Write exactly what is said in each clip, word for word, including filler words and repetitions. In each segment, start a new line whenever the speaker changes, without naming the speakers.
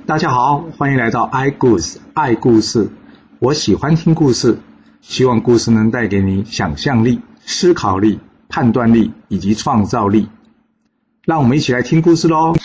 大家好，欢迎来到爱故事爱故事。我喜欢听故事，希望故事能带给你想象力、思考力、判断力以及创造力。让我们一起来听故事咯。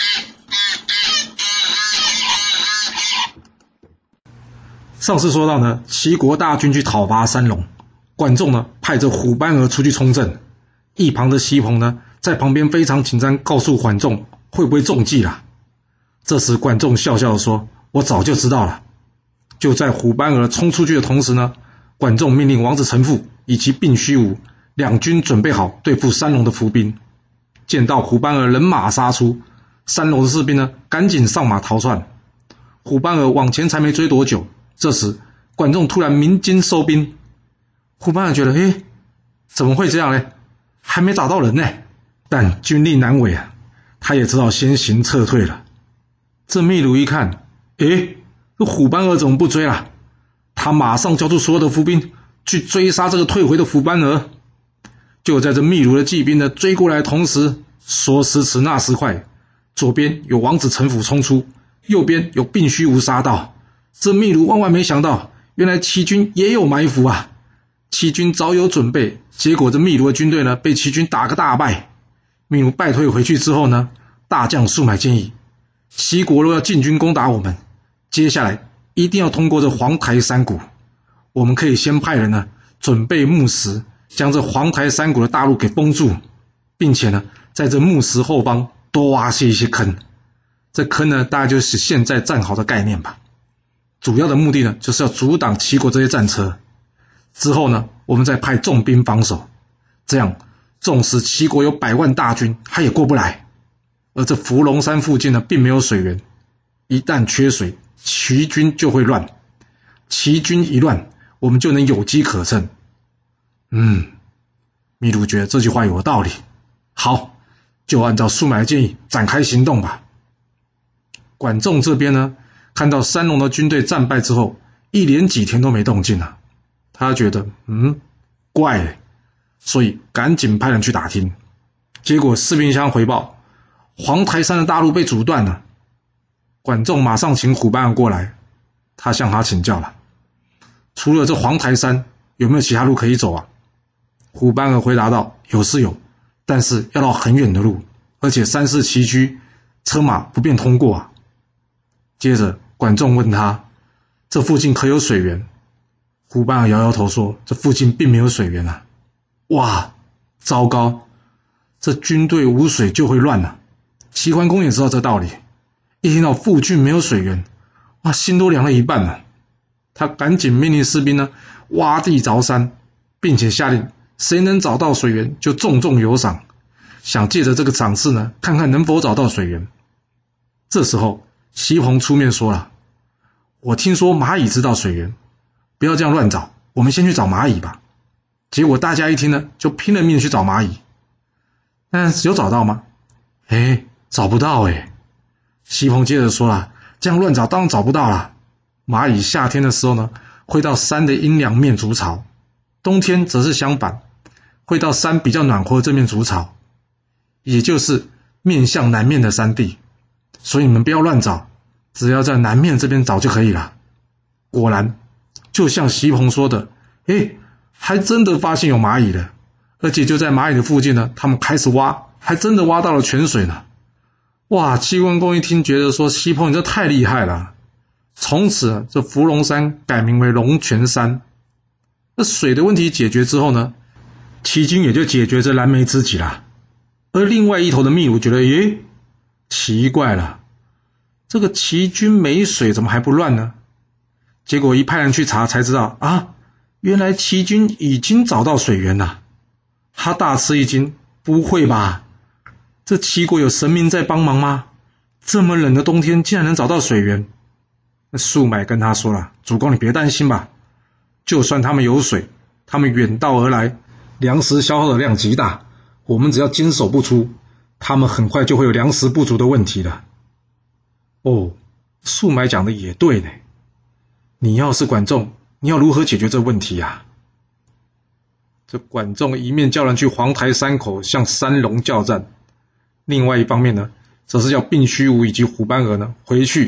上次说到呢，齐国大军去讨伐三龙，管仲呢派着虎斑儿出去冲阵，一旁的西彭呢在旁边非常紧张，告诉管仲会不会中计啦。这时管仲笑笑地说：“我早就知道了。”就在虎斑儿冲出去的同时呢，管仲命令王子成父以及并虚无两军准备好对付三龙的伏兵。见到虎斑儿人马杀出，三龙的士兵呢赶紧上马逃窜。虎斑儿往前才没追多久，这时管仲突然鸣金收兵。虎斑儿觉得，诶，怎么会这样呢？还没找到人呢。但军力难违啊，他也只好先行撤退了。这秘鲁一看，诶，这虎斑儿怎么不追了？他马上叫出所有的伏兵去追杀这个退回的虎斑儿。就在这秘鲁的骑兵呢追过来的同时，说时迟那时快，左边有王子成府冲出，右边有并虚无杀到。这秘鲁万万没想到，原来齐军也有埋伏啊！齐军早有准备，结果这秘鲁的军队呢被齐军打个大败。秘鲁败退回去之后呢，大将速买建议，齐国若要进军攻打我们，接下来一定要通过这黄台山谷。我们可以先派人呢准备木石，将这黄台山谷的大路给封住，并且呢在这木石后方多挖些一些坑。这坑呢大概就是现在战壕的概念吧。主要的目的呢就是要阻挡齐国这些战车。之后呢我们再派重兵防守，这样纵使齐国有百万大军，他也过不来。而这伏龙山附近呢并没有水源，一旦缺水，齐军就会乱。齐军一乱，我们就能有机可乘。嗯，秘鲁觉得这句话有道理。好，就按照速买的建议展开行动吧。管仲这边呢，看到三龙的军队战败之后，一连几天都没动静啊，他觉得嗯怪耶，所以赶紧派人去打听。结果士兵箱回报，黄台山的大路被阻断了。管仲马上请虎斑儿过来，他向他请教了，除了这黄台山，有没有其他路可以走啊？虎斑儿回答道：有是有，但是要到很远的路，而且山势崎岖，车马不便通过啊。接着管仲问他，这附近可有水源？虎斑儿摇摇头说，这附近并没有水源啊。哇，糟糕，这军队无水就会乱啊。齐桓公也知道这道理，一听到附近没有水源，哇，心都凉了一半了。他赶紧命令士兵呢挖地凿山，并且下令谁能找到水源就重重有赏，想借着这个赏赐呢看看能否找到水源。这时候西彭出面说了，我听说蚂蚁知道水源，不要这样乱找，我们先去找蚂蚁吧。结果大家一听呢就拼了命去找蚂蚁。但是有找到吗？诶，找不到诶。西彭接着说了，这样乱找当然找不到啦。蚂蚁夏天的时候呢会到山的阴凉面筑巢，冬天则是相反，会到山比较暖和的这面筑巢，也就是面向南面的山地。所以你们不要乱找，只要在南面这边找就可以了。果然就像西彭说的，诶，还真的发现有蚂蚁了，而且就在蚂蚁的附近呢，他们开始挖，还真的挖到了泉水呢。哇，齐桓公一听觉得说，西彭你这太厉害了。从此这伏龙山改名为龙泉山。那水的问题解决之后呢，齐军也就解决这燃眉之急啦。而另外一头的秘鲁觉得，耶，奇怪了，这个齐军没水怎么还不乱呢？结果一派人去查才知道啊，原来齐军已经找到水源了。他大吃一惊，不会吧？这齐国有神明在帮忙吗？这么冷的冬天竟然能找到水源？那速买跟他说了，主公你别担心吧，就算他们有水，他们远道而来，粮食消耗的量极大，我们只要坚守不出，他们很快就会有粮食不足的问题的。哦，速买讲的也对呢。你要是管仲，你要如何解决这问题啊？这管仲一面叫人去黄台山口向三龙叫战，另外一方面呢，则是叫并虚无以及虎斑儿呢回去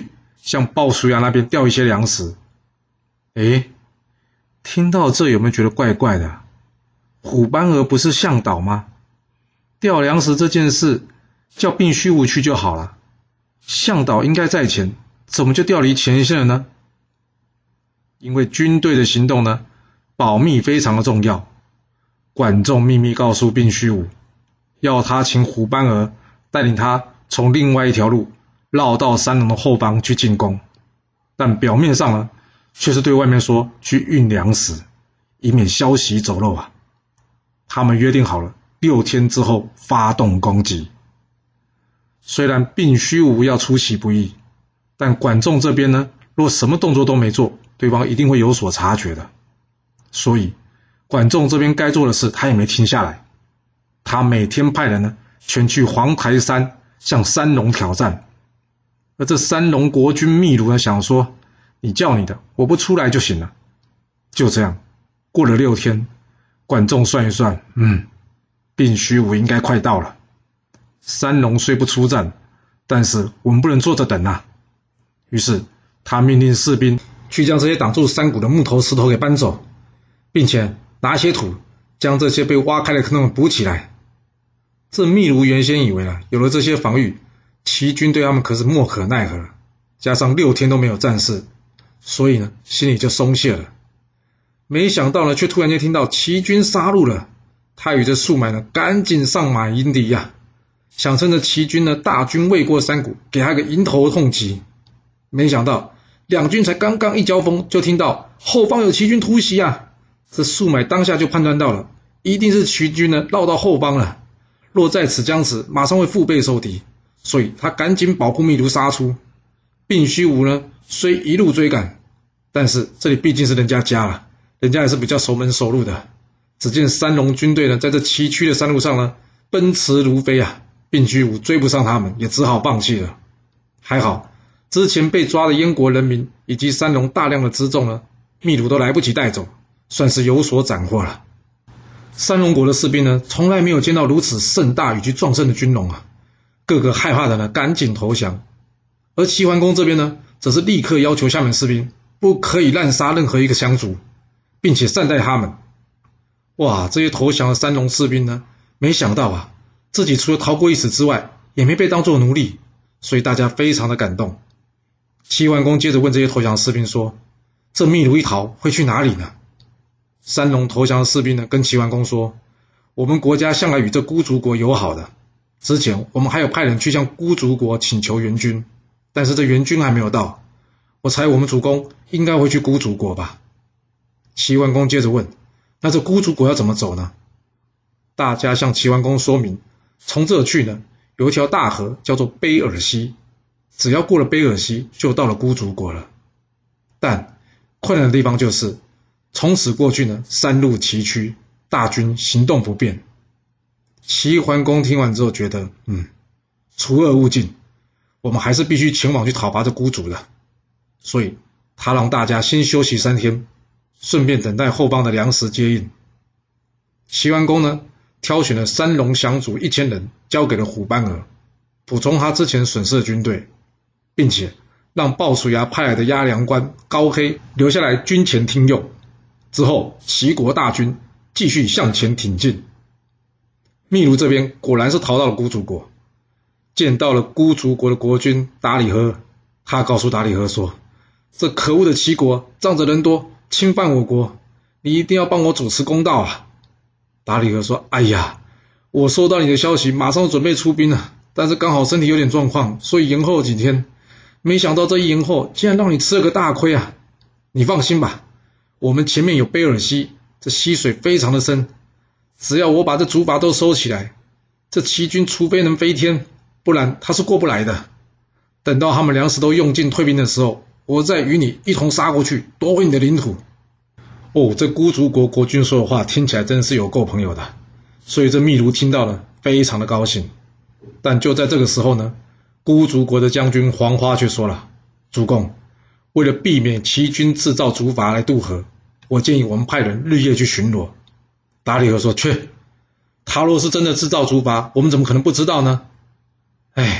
向鲍叔牙那边调一些粮食。诶，听到这有没有觉得怪怪的？虎斑儿不是向导吗？调粮食这件事叫并虚无去就好了，向导应该在前，怎么就调离前线了呢？因为军队的行动呢，保密非常的重要。管仲秘密告诉并虚无，要他请虎斑儿带领他从另外一条路绕到山龙的后方去进攻，但表面上呢，却是对外面说去运粮食，以免消息走漏啊。他们约定好了六天之后发动攻击。虽然并虚无要出其不意，但管仲这边呢，若什么动作都没做，对方一定会有所察觉的。所以管仲这边该做的事他也没停下来，他每天派人呢全去黄台山向三龙挑战。而这三龙国君秘鲁呢想说，你叫你的，我不出来就行了。就这样过了六天，管仲算一算，嗯，并虚无应该快到了。三龙虽不出战，但是我们不能坐着等啊。于是他命令士兵去将这些挡住山谷的木头石头给搬走，并且拿些土将这些被挖开的坑补起来。这秘鲁原先以为啊，有了这些防御，齐军对他们可是莫可奈何，加上六天都没有战事，所以呢心里就松懈了。没想到呢，却突然间听到齐军杀入了，他与这数买呢赶紧上马迎敌呀、啊，想趁着齐军呢大军未过山谷，给他个迎头痛击。没想到两军才刚刚一交锋，就听到后方有齐军突袭啊！这数买当下就判断到了，一定是齐军呢绕到后方了，若在此僵持，马上会腹背受敌，所以他赶紧保护秘鲁杀出。并虚无呢虽一路追赶，但是这里毕竟是人家家了，人家也是比较熟门熟路的。只见三龙军队呢在这崎岖的山路上呢奔驰如飞啊，并虚无追不上他们，也只好放弃了。还好之前被抓的燕国人民以及三龙大量的辎重呢，秘鲁都来不及带走，算是有所斩获了。三龙国的士兵呢，从来没有见到如此盛大以及壮盛的军容啊，个个害怕的呢赶紧投降。而齐桓公这边呢，则是立刻要求下面士兵不可以滥杀任何一个乡族，并且善待他们。哇，这些投降的三龙士兵呢，没想到啊，自己除了逃过一死之外，也没被当作奴隶，所以大家非常的感动。齐桓公接着问这些投降的士兵说，这秘鲁一逃会去哪里呢？三龙投降的士兵呢，跟齐桓公说，我们国家向来与这孤竹国友好的，之前我们还有派人去向孤竹国请求援军，但是这援军还没有到，我猜我们主公应该会去孤竹国吧。齐桓公接着问，那这孤竹国要怎么走呢？大家向齐桓公说明，从这去呢，有一条大河叫做卑尔溪，只要过了卑尔溪就到了孤竹国了。但困难的地方就是从此过去呢，山路崎岖，大军行动不便。齐桓公听完之后觉得，嗯，除恶务尽，我们还是必须前往去讨伐这孤竹的。所以他让大家先休息三天，顺便等待后方的粮食接应。齐桓公呢，挑选了三龙降卒一千人，交给了虎斑儿，补充他之前损失的军队，并且让鲍叔牙派来的押粮官高黑留下来军前听用。之后齐国大军继续向前挺进。秘鲁这边果然是逃到了孤竹国，见到了孤竹国的国君达里赫，他告诉达里赫说，这可恶的齐国仗着人多侵犯我国，你一定要帮我主持公道啊。达里赫说，哎呀，我收到你的消息，马上准备出兵了，但是刚好身体有点状况，所以延后几天，没想到这一延后竟然让你吃了个大亏啊。你放心吧，我们前面有卑尔溪，这溪水非常的深，只要我把这竹筏都收起来，这齐军除非能飞天，不然他是过不来的。等到他们粮食都用尽退兵的时候，我再与你一同杀过去，夺回你的领土。哦，这孤竹国国君说的话听起来真是有够朋友的，所以这秘鲁听到了非常的高兴。但就在这个时候呢，孤竹国的将军黄花却说了，主公，为了避免齐军制造竹筏来渡河，我建议我们派人日夜去巡逻。达里赫说，切，他若是真的制造竹筏，我们怎么可能不知道呢？哎，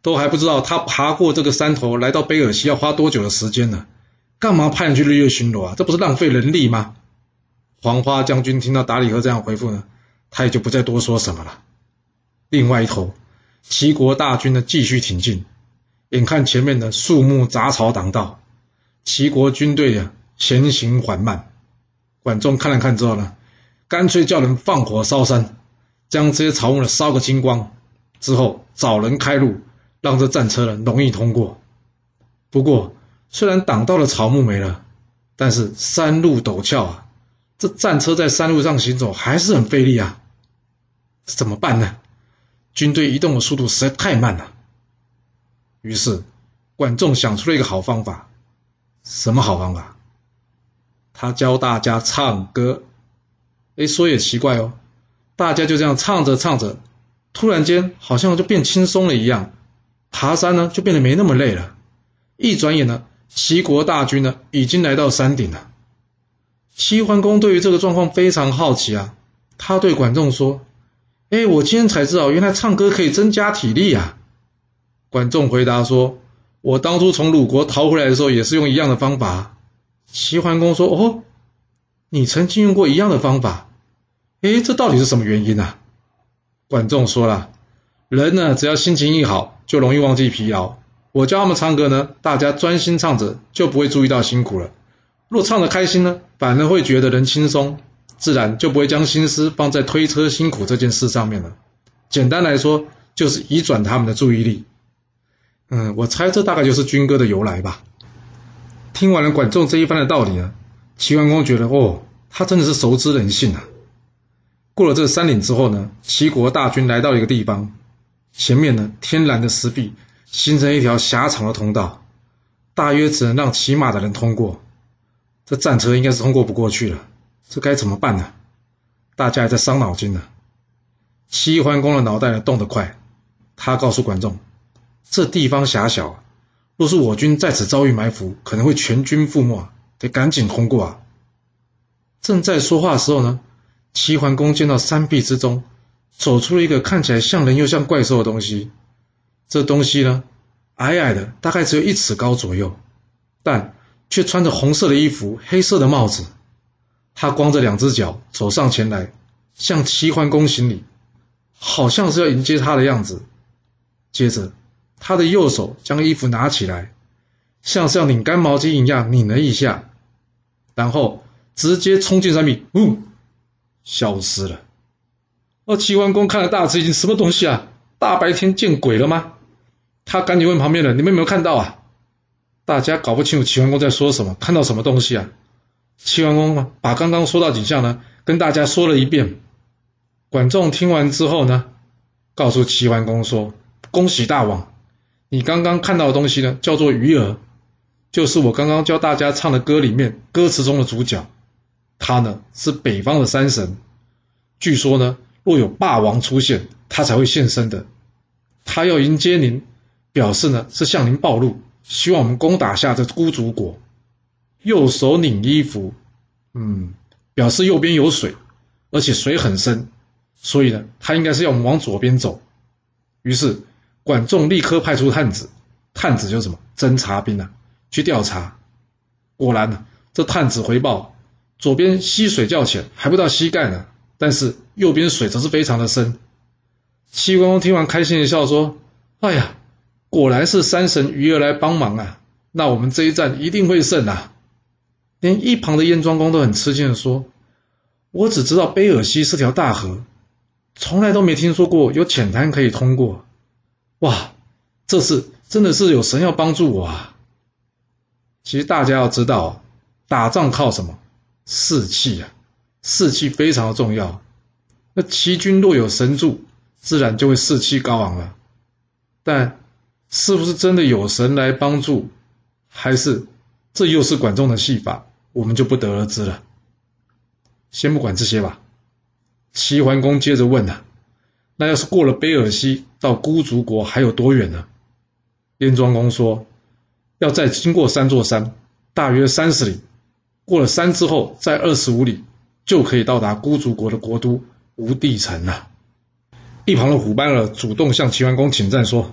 都还不知道他爬过这个山头来到卑尔西要花多久的时间呢，干嘛派人去日夜巡逻啊？这不是浪费人力吗？黄花将军听到达里赫这样回复呢，他也就不再多说什么了。另外一头，齐国大军呢继续挺进，眼看前面的树木杂草挡道，齐国军队啊前行缓慢。管仲看了看之后呢，干脆叫人放火烧山，将这些草木呢烧个精光，之后找人开路，让这战车呢容易通过。不过虽然挡道的草木没了，但是山路陡峭啊，这战车在山路上行走还是很费力啊。怎么办呢？军队移动的速度实在太慢了。于是管仲想出了一个好方法。什么好方法？他教大家唱歌。诶，说也奇怪哦，大家就这样唱着唱着，突然间好像就变轻松了一样，爬山呢就变得没那么累了。一转眼呢，齐国大军呢已经来到山顶了。齐桓公对于这个状况非常好奇啊，他对管仲说：诶，我今天才知道原来唱歌可以增加体力啊。管仲回答说：我当初从鲁国逃回来的时候也是用一样的方法。齐桓公说：哦，你曾经用过一样的方法，诶，这到底是什么原因啊？管仲说了，人呢只要心情一好就容易忘记疲劳，我教他们唱歌呢，大家专心唱着就不会注意到辛苦了，若唱得开心呢，反而会觉得人轻松，自然就不会将心思放在推车辛苦这件事上面了。简单来说就是移转他们的注意力。嗯，我猜这大概就是军歌的由来吧。听完了管仲这一番的道理呢，齐桓公觉得哦，他真的是熟知人性啊。过了这个山岭之后呢，齐国大军来到一个地方，前面呢天然的石壁形成一条狭长的通道，大约只能让骑马的人通过。这战车应该是通过不过去了，这该怎么办呢？大家还在伤脑筋呢。齐桓公的脑袋呢动得快，他告诉管仲，这地方狭小，若是我军在此遭遇埋伏，可能会全军覆没，得赶紧通过啊。正在说话的时候呢，齐桓公见到山壁之中走出了一个看起来像人又像怪兽的东西。这东西呢矮矮的，大概只有一尺高左右，但却穿着红色的衣服，黑色的帽子。他光着两只脚走上前来，向齐桓公行礼，好像是要迎接他的样子。接着他的右手将衣服拿起来，像是要拧干毛巾一样拧了一下，然后直接冲进山壁，呜，消失了。而齐桓公看了大吃一惊，什么东西啊？大白天见鬼了吗？他赶紧问旁边人，你们有没有看到啊？大家搞不清楚齐桓公在说什么，看到什么东西啊？齐桓公把刚刚说到景象呢跟大家说了一遍。管仲听完之后呢，告诉齐桓公说，恭喜大王，你刚刚看到的东西呢叫做鱼儿，就是我刚刚教大家唱的歌里面歌词中的主角。他呢是北方的山神，据说呢若有霸王出现，他才会现身的。他要迎接您，表示呢是向您报路，希望我们攻打下这孤竹国。右手拧衣服，嗯，表示右边有水，而且水很深，所以呢他应该是要我们往左边走。于是管仲立刻派出探子，探子就是什么侦察兵啊，去调查。果然呢，这探子回报，左边溪水较浅，还不到膝盖呢，但是右边水则是非常的深。齐桓公听完开心的笑说，哎呀，果然是山神鱼儿来帮忙啊，那我们这一战一定会胜啊。连一旁的燕庄公都很吃惊的说，我只知道卑尔西是条大河，从来都没听说过有浅滩可以通过。哇，这次真的是有神要帮助我啊。其实大家要知道，打仗靠什么？士气啊，士气非常的重要。那齐军若有神助，自然就会士气高昂了。但是不是真的有神来帮助，还是这又是管仲的戏法，我们就不得而知了。先不管这些吧，齐桓公接着问啊，那要是过了卑尔西到孤竹国还有多远呢？燕庄公说，要再经过三座山，大约三十里，过了山之后再二十五里，就可以到达孤竹国的国都无地城了。一旁的虎斑儿主动向齐桓公请战说，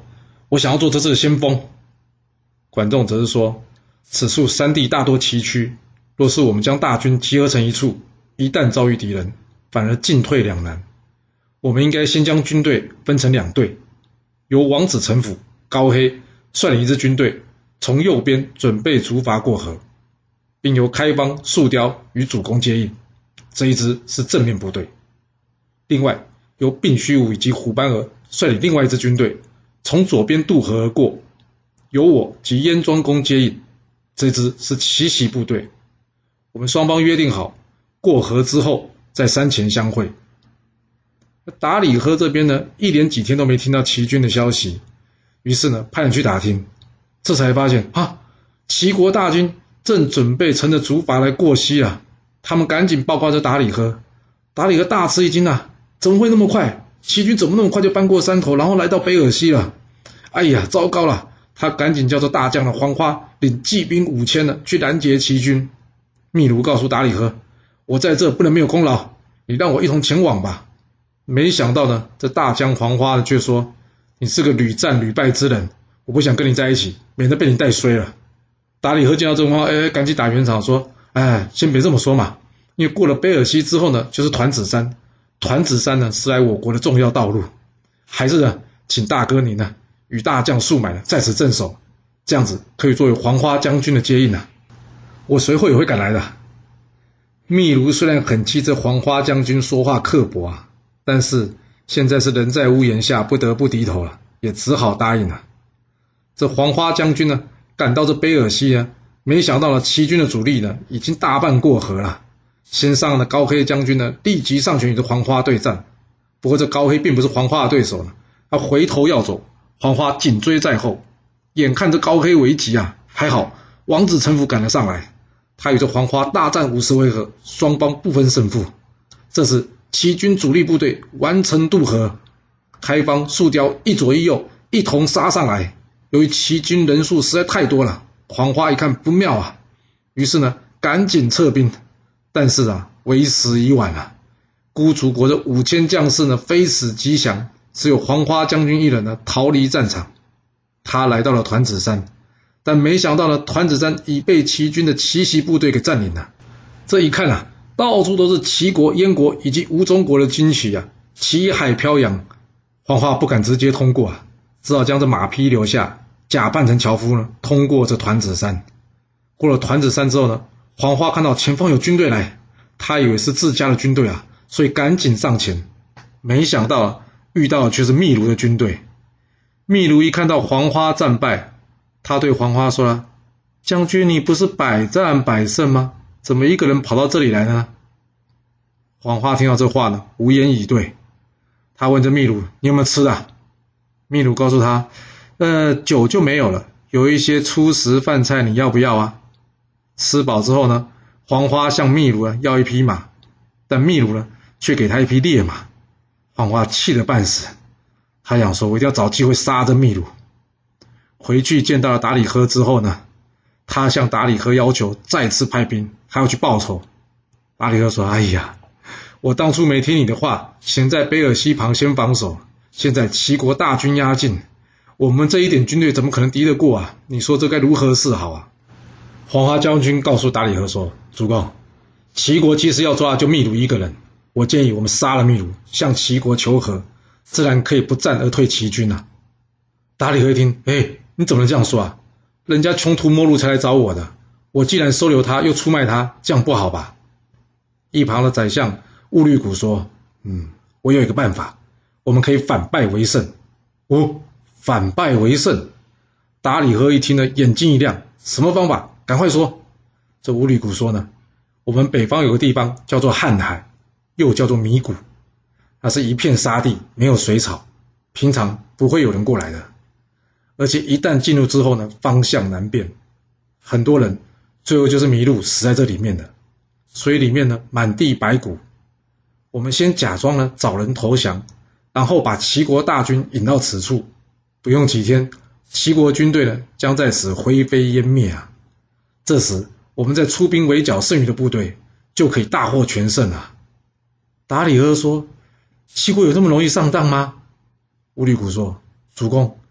我想要做这次的先锋。管仲则是说，此处山地大多崎岖，若是我们将大军集合成一处，一旦遭遇敌人，反而进退两难。我们应该先将军队分成两队，由王子成府、高黑率领一支军队，从右边准备竹筏过河，并由开方、树雕与主公接应，这一支是正面部队。另外，由并虚无以及虎斑儿率领另外一支军队，从左边渡河而过，由我及燕庄公接应，这支是奇袭部队。我们双方约定好，过河之后在山前相会。达里赫这边呢，一连几天都没听到齐军的消息，于是呢，派人去打听，这才发现啊，齐国大军正准备乘着竹筏来过溪啊！他们赶紧报告这达里赫，达里赫大吃一惊啊，怎么会那么快？齐军怎么那么快就翻过山头，然后来到北尔西了？哎呀，糟糕了！他赶紧叫做大将的黄花领骑兵五千呢，去拦截齐军。秘鲁告诉达里赫，我在这不能没有功劳，你让我一同前往吧。没想到呢，这大将黄花呢却说，你是个屡战屡败之人，我不想跟你在一起，免得被你带衰了。达里赫见到这种话，哎，赶紧打圆场说，哎，先别这么说嘛，因为过了卑尔西之后呢，就是团子山，团子山呢是来我国的重要道路，还是呢，请大哥你呢与大将数买呢在此镇守，这样子可以作为黄花将军的接应啊，我随后也会赶来的。秘卢虽然很气这黄花将军说话刻薄啊，但是现在是人在屋檐下，不得不低头了，也只好答应了。这黄花将军呢，赶到这卑尔西呢，没想到呢，齐军的主力呢，已经大半过河了。先上的高黑将军呢，立即上前与这黄花对战。不过这高黑并不是黄花的对手呢，他回头要走，黄花紧追在后。眼看这高黑危急啊，还好王子成府赶了上来，他与这黄花大战五十回合，双方不分胜负。这时齐军主力部队完成渡河，开方、树雕一左一右一同杀上来。由于齐军人数实在太多了，黄花一看不妙啊，于是呢赶紧撤兵。但是啊，为时已晚了。孤竹国的五千将士呢非死即降，只有黄花将军一人呢逃离战场。他来到了团子山，但没想到呢，团子山已被齐军的奇袭部队给占领了。这一看啊，到处都是齐国、燕国以及吴中国的军旗啊，旗海飘扬。黄花不敢直接通过啊，只好将这马匹留下，假扮成樵夫呢，通过这团子山。过了团子山之后呢，黄花看到前方有军队来，他以为是自家的军队啊，所以赶紧上前。没想到啊，遇到的却是秘卢的军队。秘卢一看到黄花战败，他对黄花说了：“将军，你不是百战百胜吗？怎么一个人跑到这里来呢？”黄花听到这话呢，无言以对。他问这秘鲁：“你有没有吃的？”秘鲁告诉他：“呃，酒就没有了，有一些粗食饭菜，你要不要啊？”吃饱之后呢，黄花向秘鲁啊要一匹马，但秘鲁呢却给他一匹烈马。黄花气得半死，他想说：“我一定要找机会杀这秘鲁。”回去见到了达里赫之后呢，他向达里赫要求再次派兵，还要去报仇。达里赫说：“哎呀，我当初没听你的话，先在卑尔西旁先防守，现在齐国大军压境，我们这一点军队怎么可能敌得过啊？你说这该如何是好啊？”黄花将军告诉达里赫说：“主公，齐国其实要抓就秘鲁一个人，我建议我们杀了秘鲁，向齐国求和，自然可以不战而退齐军啊。”达里赫一听，哎，你怎么能这样说啊？人家穷途末路才来找我的，我既然收留他又出卖他，这样不好吧？一旁的宰相兀律古说：“嗯，我有一个办法，我们可以反败为胜。”哦，反败为胜！达里赫一听呢，眼睛一亮，什么方法？赶快说！这兀律古说呢，我们北方有个地方叫做瀚海，又叫做迷谷，那是一片沙地，没有水草，平常不会有人过来的。而且一旦进入之后呢，方向难辨，很多人最后就是迷路死在这里面的。所以里面呢满地白骨。我们先假装呢找人投降，然后把齐国大军引到此处，不用几天，齐国军队呢将在此灰飞烟灭啊！这时我们再出兵围剿剩余的部队，就可以大获全胜啊！达里赫说：“齐国有这么容易上当吗？”兀律古说：“主公，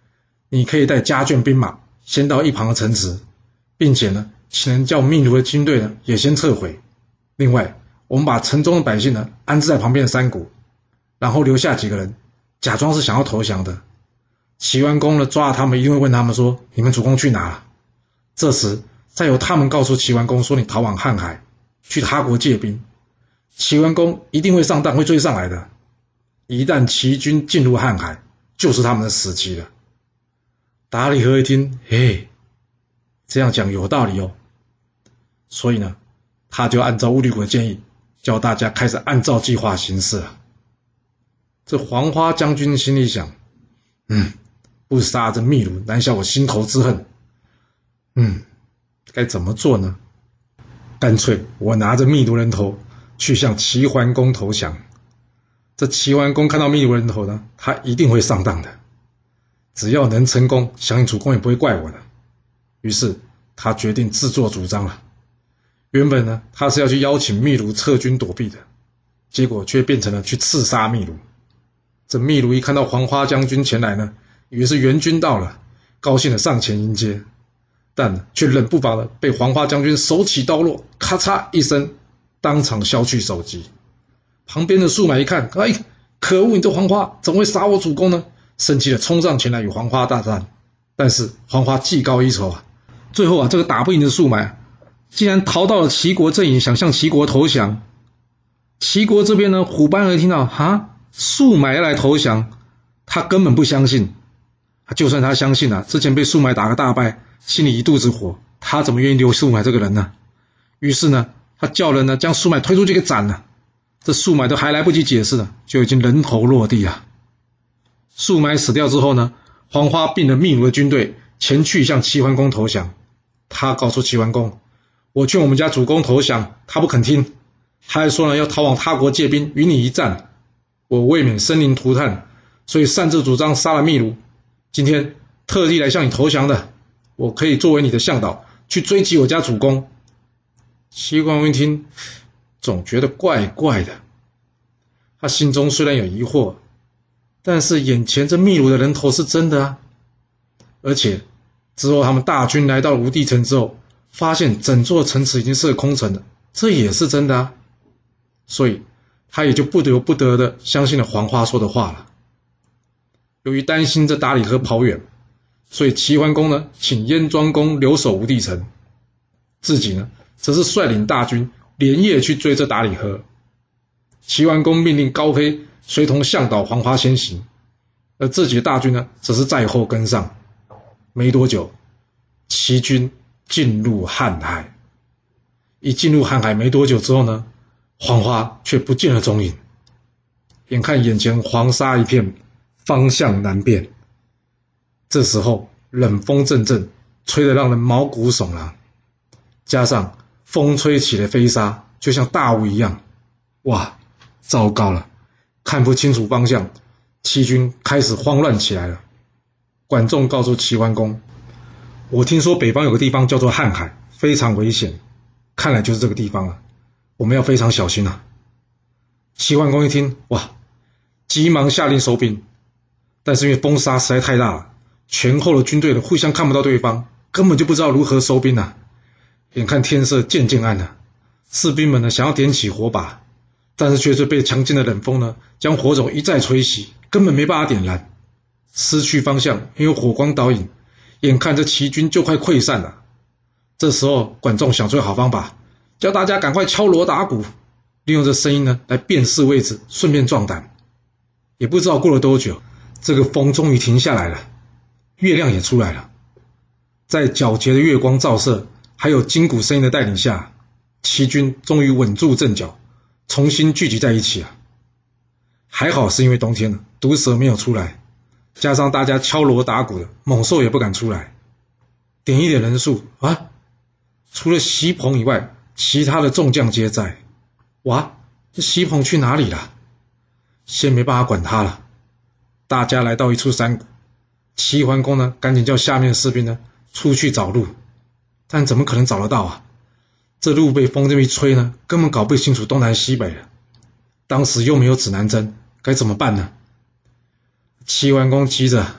你可以带家眷兵马先到一旁的城池，并且呢，请人叫秘鲁的军队呢也先撤回。另外，我们把城中的百姓呢安置在旁边的山谷，然后留下几个人假装是想要投降的。齐桓公呢抓了他们，一定会问他们说：你们主公去哪了？这时再由他们告诉齐桓公说：你逃往瀚海，去他国借兵。齐桓公一定会上当，会追上来的。一旦齐军进入瀚海，就是他们的死期了。达里赫一听，嘿，这样讲有道理哦。所以呢，他就按照乌里古的建议，叫大家开始按照计划行事了。这黄花将军心里想，嗯，不杀这秘鲁，难消我心头之恨。嗯，该怎么做呢？干脆我拿着秘鲁人头去向齐桓公投降。这齐桓公看到秘鲁人头呢，他一定会上当的。只要能成功，相信主公也不会怪我的。于是他决定自作主张了。原本呢，他是要去邀请秘鲁撤军躲避的，结果却变成了去刺杀秘鲁。这秘鲁一看到黄花将军前来呢，以为是援军到了，高兴的上前迎接，但却冷不防的被黄花将军手起刀落，咔嚓一声，当场削去首级。旁边的数买一看，哎，可恶，你这黄花怎么会杀我主公呢？生气的冲上前来与黄花大战。但是黄花技高一筹啊，最后啊，这个打不赢的数买竟然逃到了齐国阵营，想向齐国投降。齐国这边呢，虎斑儿听到哈数买要来投降，他根本不相信。就算他相信啊，之前被数买打个大败，心里一肚子火，他怎么愿意留数买这个人呢？于是呢，他叫人呢将数买推出去给斩了。这数买都还来不及解释呢，就已经人头落地了。数买死掉之后呢，黄花并了秘鲁的军队前去向齐桓公投降。他告诉齐桓公，我劝我们家主公投降，他不肯听，他还说呢要逃往他国借兵与你一战。我为免生灵涂炭，所以擅自主张杀了秘鲁，今天特地来向你投降的。我可以作为你的向导去追击我家主公。齐桓公一听，总觉得怪怪的。他心中虽然有疑惑，但是眼前这秘鲁的人头是真的啊。而且之后他们大军来到无地城之后，发现整座城池已经是个空城了，这也是真的啊。所以他也就不得不得的相信了黄花说的话了。由于担心这达里赫跑远，所以齐桓公呢请燕庄公留守无地城，自己呢则是率领大军连夜去追这达里赫。齐桓公命令高黑随同向导黄花先行，而自己的大军呢则是在后跟上。没多久，齐军进入瀚海。一进入瀚海没多久之后呢，黄花却不见了踪影。眼看眼前黄沙一片，方向难辨。这时候冷风阵阵，吹得让人毛骨悚然，加上风吹起的飞沙就像大雾一样。哇，糟糕了，看不清楚方向，齐军开始慌乱起来了。管仲告诉齐桓公，我听说北方有个地方叫做瀚海，非常危险，看来就是这个地方了，我们要非常小心啊。齐桓公一听，哇，急忙下令收兵。但是因为风沙实在太大了，前后的军队互相看不到对方，根本就不知道如何收兵啊。眼看天色渐渐暗了，士兵们呢想要点起火把，但是却是被强劲的冷风呢将火种一再吹熄，根本没办法点燃。失去方向，因为火光导引，眼看着齐军就快溃散了。这时候管仲想出个好方法，叫大家赶快敲锣打鼓，利用这声音呢来辨识位置，顺便壮胆。也不知道过了多久，这个风终于停下来了，月亮也出来了。在皎洁的月光照射，还有金鼓声音的带领下，齐军终于稳住阵脚，重新聚集在一起了。还好是因为冬天了，毒蛇没有出来，加上大家敲锣打鼓的，猛兽也不敢出来。点一点人数啊，除了席鹏以外，其他的众将皆在。哇，这席鹏去哪里了？先没办法管他了。大家来到一处山谷，齐桓公呢赶紧叫下面的士兵呢出去找路，但怎么可能找得到啊？这路被风这么一吹呢，根本搞不清楚东南西北了。当时又没有指南针，该怎么办呢？齐桓公急着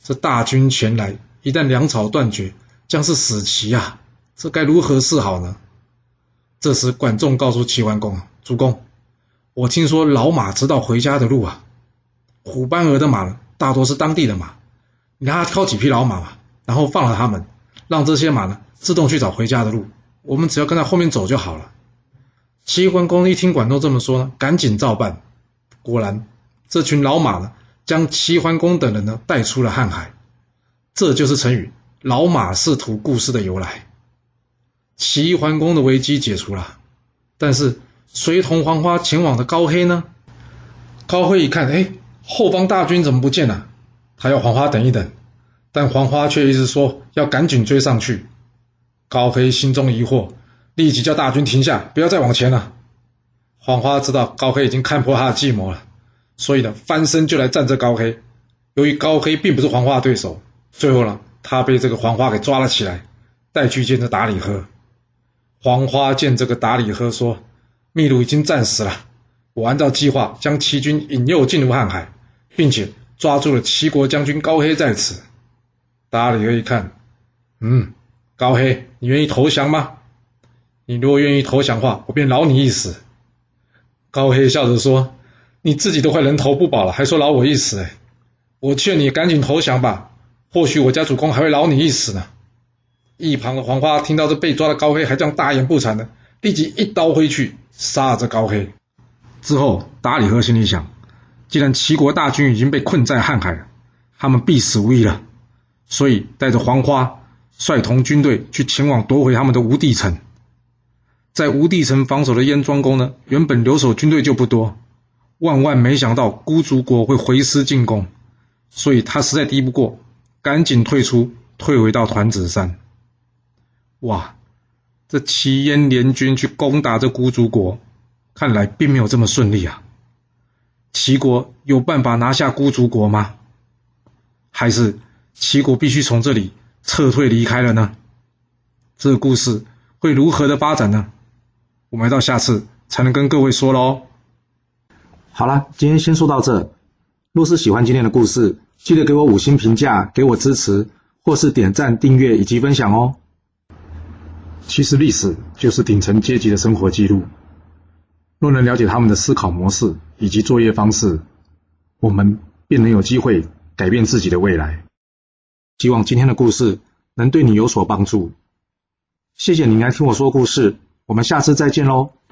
这大军前来，一旦粮草断绝，将是死期啊！这该如何是好呢？这时管仲告诉齐桓公：主公，我听说老马知道回家的路啊。虎斑蛾的马呢，大多是当地的马，你让他挑几匹老马嘛，然后放了他们，让这些马呢自动去找回家的路，我们只要跟在后面走就好了。齐桓公一听管仲这么说呢，赶紧照办。果然，这群老马呢，将齐桓公等人呢带出了瀚海。这就是成语“老马识途”故事的由来。齐桓公的危机解除了，但是随同黄花前往的高黑呢？高黑一看，哎，后方大军怎么不见了？他要黄花等一等，但黄花却一直说要赶紧追上去。高黑心中疑惑，立即叫大军停下，不要再往前了。黄花知道高黑已经看破他的计谋了，所以呢，翻身就来战这高黑。由于高黑并不是黄花的对手，最后呢，他被这个黄花给抓了起来，带去见这达里赫。黄花见这个达里赫说，秘鲁已经战死了，我按照计划将齐军引诱进入瀚海，并且抓住了齐国将军高黑在此。达里赫一看，嗯，高黑，你愿意投降吗？你如果愿意投降的话，我便饶你一死。高黑笑着说，你自己都快人头不保了，还说饶我一死，哎，我劝你赶紧投降吧，或许我家主公还会饶你一死呢。一旁的黄花听到这被抓的高黑还这样大言不惭的，立即一刀挥去，杀了这高黑。之后达里赫心里想，既然齐国大军已经被困在瀚海了，他们必死无疑了，所以带着黄花率同军队去前往夺回他们的吴地城。在吴地城防守的燕庄公呢，原本留守军队就不多，万万没想到孤竹国会回师进攻，所以他实在敌不过，赶紧退出，退回到团子山。哇，这齐燕联军去攻打这孤竹国，看来并没有这么顺利啊。齐国有办法拿下孤竹国吗？还是齐国必须从这里撤退离开了呢？这个故事会如何的发展呢？我们要到下次才能跟各位说咯。
好了，今天先说到这。若是喜欢今天的故事，记得给我五星评价，给我支持，或是点赞、订阅以及分享哦。其实历史就是顶层阶级的生活记录，若能了解他们的思考模式以及作业方式，我们便能有机会改变自己的未来。希望今天的故事能对你有所帮助。谢谢你来听我说故事，我们下次再见咯。